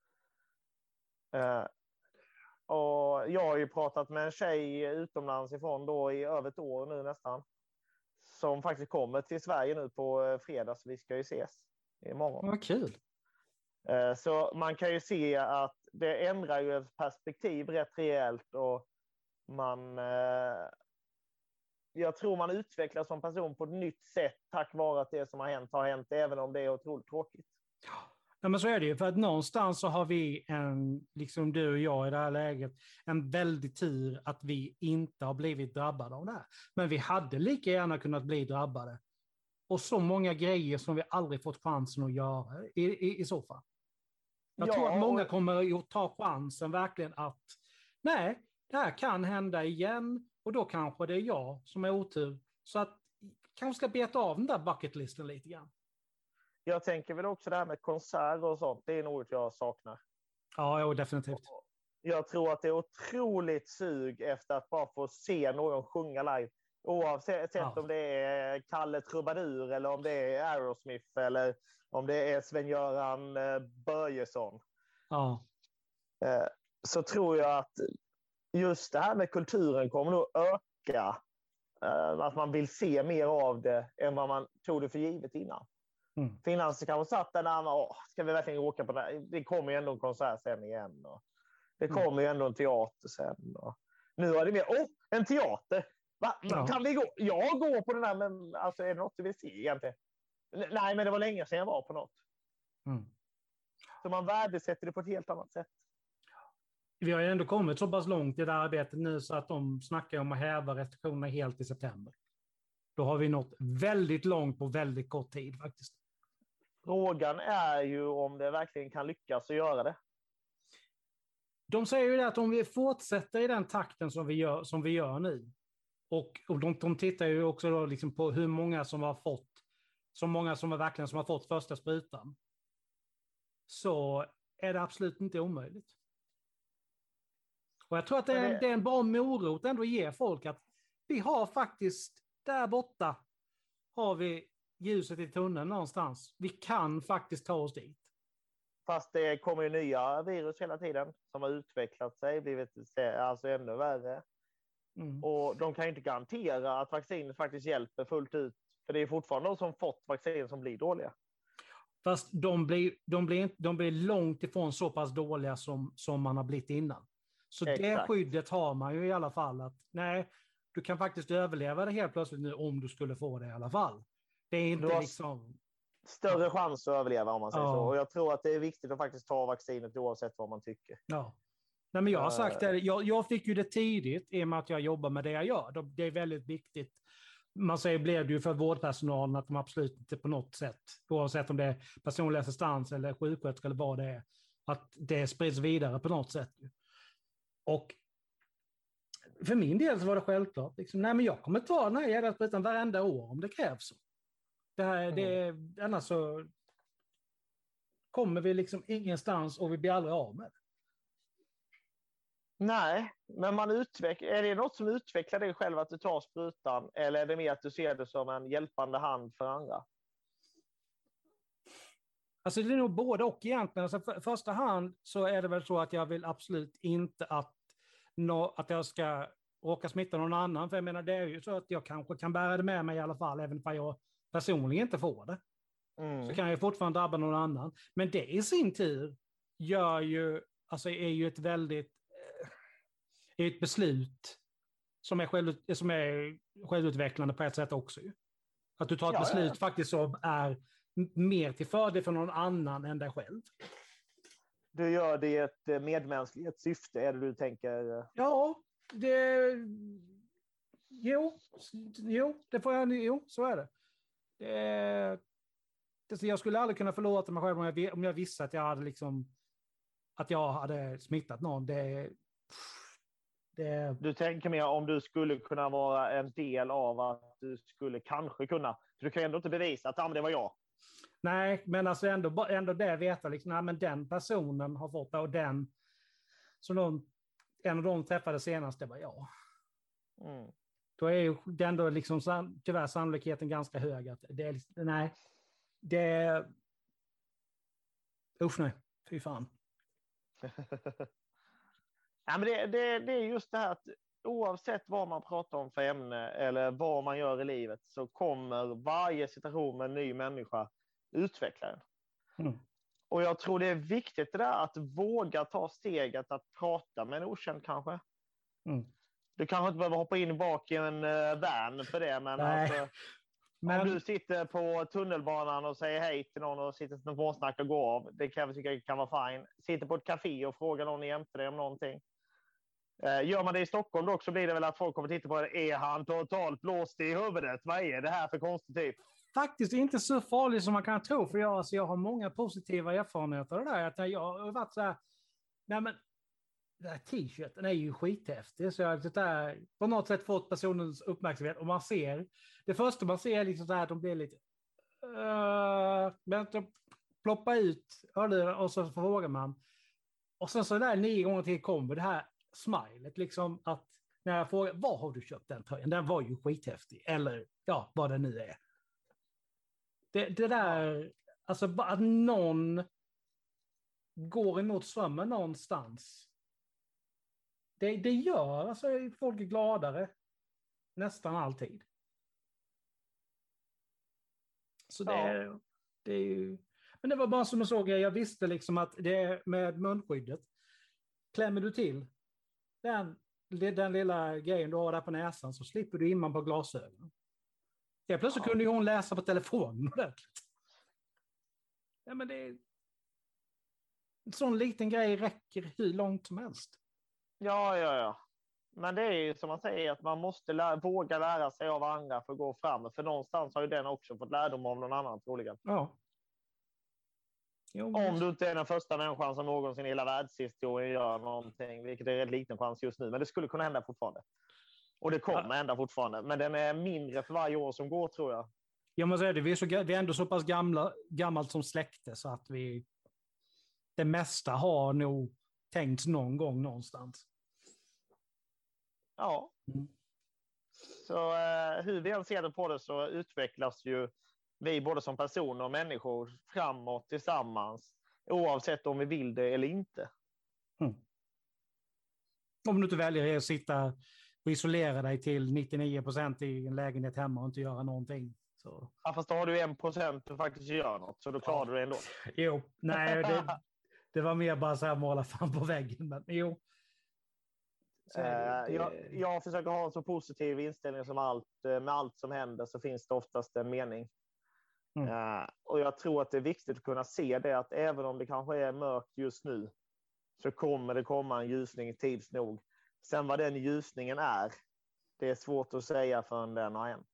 Eh, Och jag har ju pratat med en tjej utomlands ifrån då i över ett år nu nästan. Som faktiskt kommer till Sverige nu på fredag, så vi ska ju ses imorgon. Vad kul. Så man kan ju se att det ändrar ju ett perspektiv rätt rejält och man... Jag tror man utvecklas som person på ett nytt sätt tack vare att det som har hänt har hänt, även om det är otroligt tråkigt. Ja, men så är det ju, för att någonstans så har vi, en, liksom du och jag i det här läget, en väldig tur att vi inte har blivit drabbade av det här. Men vi hade lika gärna kunnat bli drabbade. Och så många grejer som vi aldrig fått chansen att göra i, i, i så fall. Jag Ja, tror att många och- kommer att ta chansen verkligen att nej, det här kan hända igen och då kanske det är jag som är otur. Så att kanske ska beta av den där bucketlisten lite grann. Jag tänker väl också det här med konserter och sånt. Det är något jag saknar. Ja, jo, definitivt. Jag tror att det är otroligt sug efter att bara få se någon sjunga live. Oavsett Ja. om det är Kalle Trubadur eller om det är Aerosmith eller om det är Sven-Göran eh, Börjesson. Ja. Eh, så tror jag att just det här med kulturen kommer nog öka. Eh, att man vill se mer av det än vad man tog det för givet innan. Mm. För innan så kan man satt där när åh, ska vi verkligen åka på det här? Det kommer ju ändå en konsert sen igen. Och det kommer Mm. ju ändå en teater sen. Och nu är det mer, åh, en teater! Va? Ja. Kan vi gå? Jag går på den här, men alltså, är det något du vill se egentligen? N- Nej, men det var länge sedan jag var på något. Mm. Så man värdesätter det på ett helt annat sätt. Vi har ju ändå kommit så pass långt i det här arbetet nu så att de snackar om att häva restriktionerna helt i september. Då har vi nått väldigt långt på väldigt kort tid faktiskt. Frågan är ju om det verkligen kan lyckas att göra det. De säger ju det att om vi fortsätter i den takten som vi gör, som vi gör nu, och, och de, de tittar ju också då liksom på hur många som har fått, så många som har verkligen som har fått första sprutan, så är det absolut inte omöjligt. Och jag tror att det är, det... det är en bra morot ändå att ge folk att vi har faktiskt, där borta har vi ljuset i tunneln någonstans. Vi kan faktiskt ta oss dit. Fast det kommer ju nya virus hela tiden som har utvecklat sig, blivit alltså ännu värre. Mm. Och de kan ju inte garantera att vaccinet faktiskt hjälper fullt ut. För det är fortfarande de som fått vaccin som blir dåliga. Fast de blir, de, blir, de blir långt ifrån så pass dåliga som, som man har blivit innan. Så Exakt. det skyddet har man ju i alla fall. Att nej, du kan faktiskt överleva det helt plötsligt nu om du skulle få det i alla fall. Det är inte Du har liksom... större chans att överleva om man säger Ja. så. Och jag tror att det är viktigt att faktiskt ta vaccinet oavsett vad man tycker. Ja. Nej, men jag har sagt det, jag, jag fick ju det tidigt i och med att jag jobbar med det jag gör. Det är väldigt viktigt. Man säger, blev det ju för vårdpersonalen att de absolut inte på något sätt, oavsett om det är personlig assistans eller sjuksköterska eller vad det är, att det sprids vidare på något sätt. Och för min del så var det självklart, liksom, nej men jag kommer ta den här jävla sprutan varenda år om det krävs. Det här, det, annars så kommer vi liksom ingenstans och vi blir aldrig av med det. Nej, men man utvecklar, är det något som utvecklar dig själv att du tar sprutan eller är det mer att du ser det som en hjälpande hand för andra? Alltså det är nog både och egentligen. Alltså för, första hand så är det väl så att jag vill absolut inte att, no, att jag ska råka smitta någon annan. För jag menar det är ju så att jag kanske kan bära det med mig i alla fall, även om jag personligen inte får det. Mm. Så kan jag fortfarande drabba någon annan. Men det i sin tur gör ju, alltså är ju ett väldigt är ett beslut som är, själv, som är självutvecklande på ett sätt också. Ju. Att du tar ett Ja, beslut ja. faktiskt som är mer till fördel för någon annan än dig själv. Du gör det i ett medmänskligt syfte, är det du tänker? Ja, det... Jo, jo, det får jag... Jo, så är det. det, det jag skulle aldrig kunna förlåta mig själv om jag, om jag visste att jag hade liksom... Att jag hade smittat någon. Det... det Du tänker mer om du skulle kunna vara en del av att du skulle kanske kunna. För du kan ändå inte bevisa att ah, men det var jag. Nej, men alltså ändå, ändå det veta liksom, nej, men den personen har fått det och den som de, en av dem träffade senast, det var jag. Mm. Då är ju ändå liksom tyvärr sannolikheten ganska hög att det är liksom, nej, det usch nej, fy fan. Ja, men det, det, det är just det här att oavsett vad man pratar om för ämne eller vad man gör i livet så kommer varje situation med en ny människa utveckla den. Mm. Och jag tror det är viktigt det där att våga ta steget att prata med en okänd kanske. Mm. Du kanske inte behöver hoppa in bak i en uh, van för det, men Nej. alltså... Men... Om du sitter på tunnelbanan och säger hej till någon och sitter som småsnack och går av, det kan jag tycka kan vara fine. Sitter på ett café och frågar någon jämte dig om någonting. Gör man det i Stockholm då så blir det väl att folk kommer titta på det. Är han totalt blåst i huvudet? Vad är det här för konstigt typ? Faktiskt inte så farligt som man kan tro, för jag, alltså, jag har många positiva erfarenheter av det där. Att jag har varit så här, nej men, den här t-shirten är ju skithäftig, så jag har där, på något sätt fått personens uppmärksamhet, och man ser, det första man ser är liksom så här att de blir lite, uh, men de ploppar ut, och så frågar man, och sen så där nio gånger till kommer det här smilet, liksom att när jag frågar, var har du köpt den tröjan? Den var ju skithäftig, eller ja, vad det nu är. Det, det där, alltså att någon går emot strömmen någonstans, det, det gör alltså folk är gladare nästan alltid. Så det, ja. det är ju, men det var bara som jag såg, jag visste liksom att det med munskyddet, klämmer du till den, den lilla grejen du har där på näsan, så slipper du imman på glasögonen. Ja, plötsligt ja. kunde ju hon läsa på telefonen ordentligt. Ja, men det är... En sån liten grej räcker hur långt som helst. Ja, ja, ja. Men det är ju som man säger, att man måste lära, våga lära sig av andra för att gå fram. För någonstans har ju den också fått lärdom av någon annan troligen. Ja. Jo, men... Om du inte är den första människan som någonsin i hela världshistorien gör någonting, vilket är en liten chans just nu, men det skulle kunna hända fortfarande. Och det kommer ja. hända fortfarande, men den är mindre för varje år som går, tror jag. Ja, men så är det. Vi är, så, vi är ändå så pass gamla, gammalt som släkte, så att vi det mesta har nog tänkt någon gång någonstans. Ja. Mm. Så eh, hur vi än ser det på det, så utvecklas ju vi både som personer och människor framåt tillsammans, oavsett om vi vill det eller inte. Mm. Om du inte väljer att sitta och isolera dig till nittionio procent i en lägenhet hemma och inte göra någonting. Så. Ja, fast då har du en procent och faktiskt gör något, så då klarar ja. du det ändå. Jo, nej, det, det var mer bara så här måla fan på väggen, men jo. Så det, det... Jag, jag försöker ha en så positiv inställning som allt. Med allt som händer så finns det oftast en mening. Mm. Uh, och jag tror att det är viktigt att kunna se det, att även om det kanske är mörkt just nu, så kommer det komma en ljusning tids nog. Sen vad den ljusningen är, det är svårt att säga förrän den har hänt.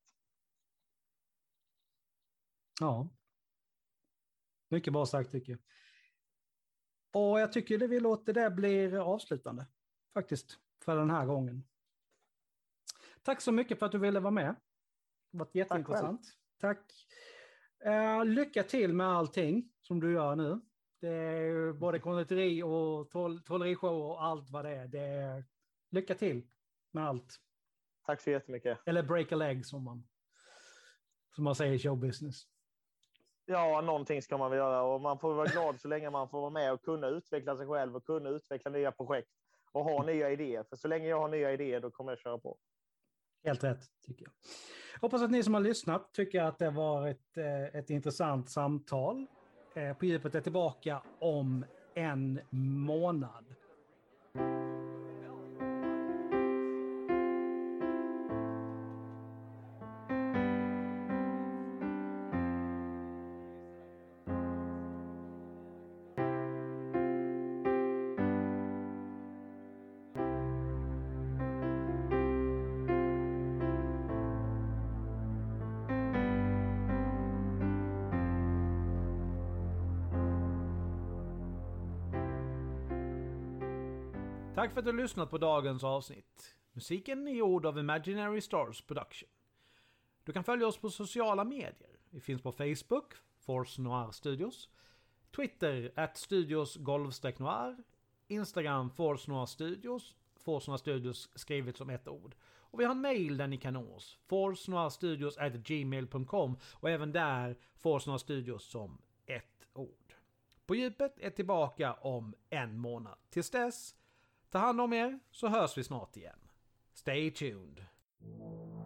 Ja. Mycket bra sagt, tycker jag. Och jag tycker det vi låter det bli avslutande, faktiskt, för den här gången. Tack så mycket för att du ville vara med. Det var jätteintressant. Tack. Tack. Uh, lycka till med allting som du gör nu. Det är både konditori och troll, trollerishow och allt vad det är. Det är. Lycka till med allt. Tack så jättemycket. Eller break a leg, som man, som man säger i showbusiness. Ja, någonting ska man väl göra, och man får vara glad så länge man får vara med och kunna utveckla sig själv och kunna utveckla nya projekt och ha nya idéer. För så länge jag har nya idéer, då kommer jag köra på. Helt rätt, tycker jag. Hoppas att ni som har lyssnat tycker att det var ett, ett intressant samtal. På djupet är tillbaka om en månad. Tack för att du har lyssnat på dagens avsnitt. Musiken är gjord av Imaginary Stars Production. Du kan följa oss på sociala medier. Vi finns på Facebook, Force Noir Studios, Twitter, at studios golvstreck noir, Instagram, Force Noir Studios, Force Noir Studios skrivet som ett ord. Och vi har en mail där ni kan nå oss, force noir studios at gmail dot com, och även där Force Noir Studios som ett ord. På djupet är tillbaka om en månad. Tills dess, ta hand om er, så hörs vi snart igen. Stay tuned.